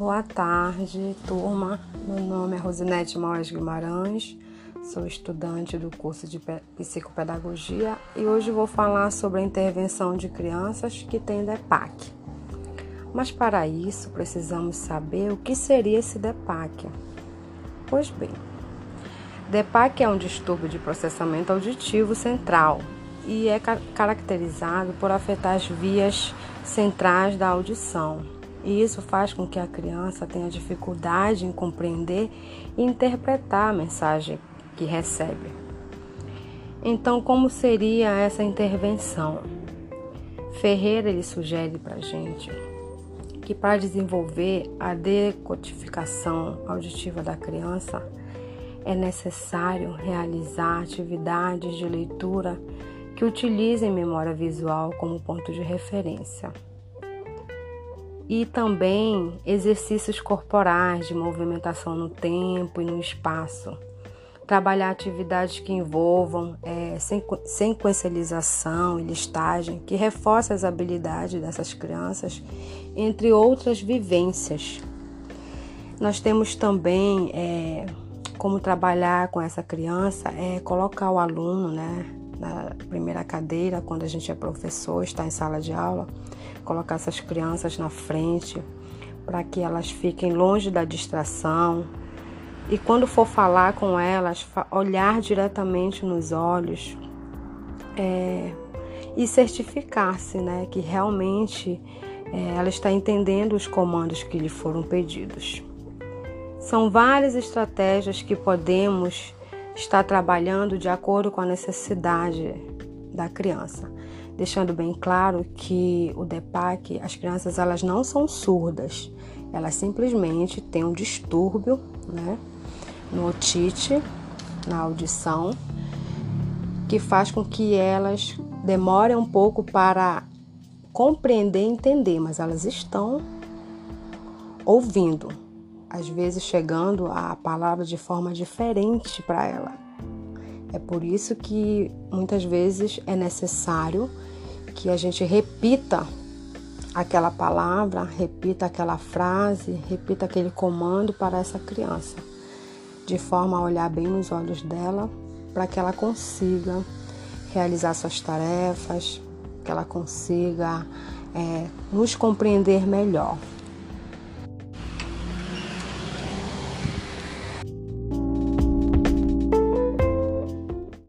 Boa tarde, turma. Meu nome é Rosinete Moraes Guimarães, sou estudante do curso de Psicopedagogia e hoje vou falar sobre a intervenção de crianças que têm DEPAC. Mas para isso precisamos saber o que seria esse DEPAC. Pois bem, DEPAC é um distúrbio de processamento auditivo central e é caracterizado por afetar as vias centrais da audição. E isso faz com que a criança tenha dificuldade em compreender e interpretar a mensagem que recebe. Então, como seria essa intervenção? Ferreira ele sugere para a gente que para desenvolver a decodificação auditiva da criança é necessário realizar atividades de leitura que utilizem memória visual como ponto de referência. E também exercícios corporais de movimentação no tempo e no espaço. Trabalhar atividades que envolvam sequencialização e listagem, que reforça as habilidades dessas crianças, entre outras vivências. Nós temos também como trabalhar com essa criança, colocar o aluno, na primeira cadeira, quando a gente é professor, está em sala de aula, colocar essas crianças na frente para que elas fiquem longe da distração e quando for falar com elas, olhar diretamente nos olhos e certificar-se, que realmente ela está entendendo os comandos que lhe foram pedidos. São várias estratégias que podemos estar trabalhando de acordo com a necessidade da criança. Deixando bem claro que o DEPAC, as crianças elas não são surdas, elas simplesmente têm um distúrbio, no otite, na audição, que faz com que elas demorem um pouco para compreender e entender, mas elas estão ouvindo, às vezes chegando a palavra de forma diferente para ela. É por isso que muitas vezes é necessário que a gente repita aquela palavra, repita aquela frase, repita aquele comando para essa criança, de forma a olhar bem nos olhos dela, para que ela consiga realizar suas tarefas, que ela consiga nos compreender melhor.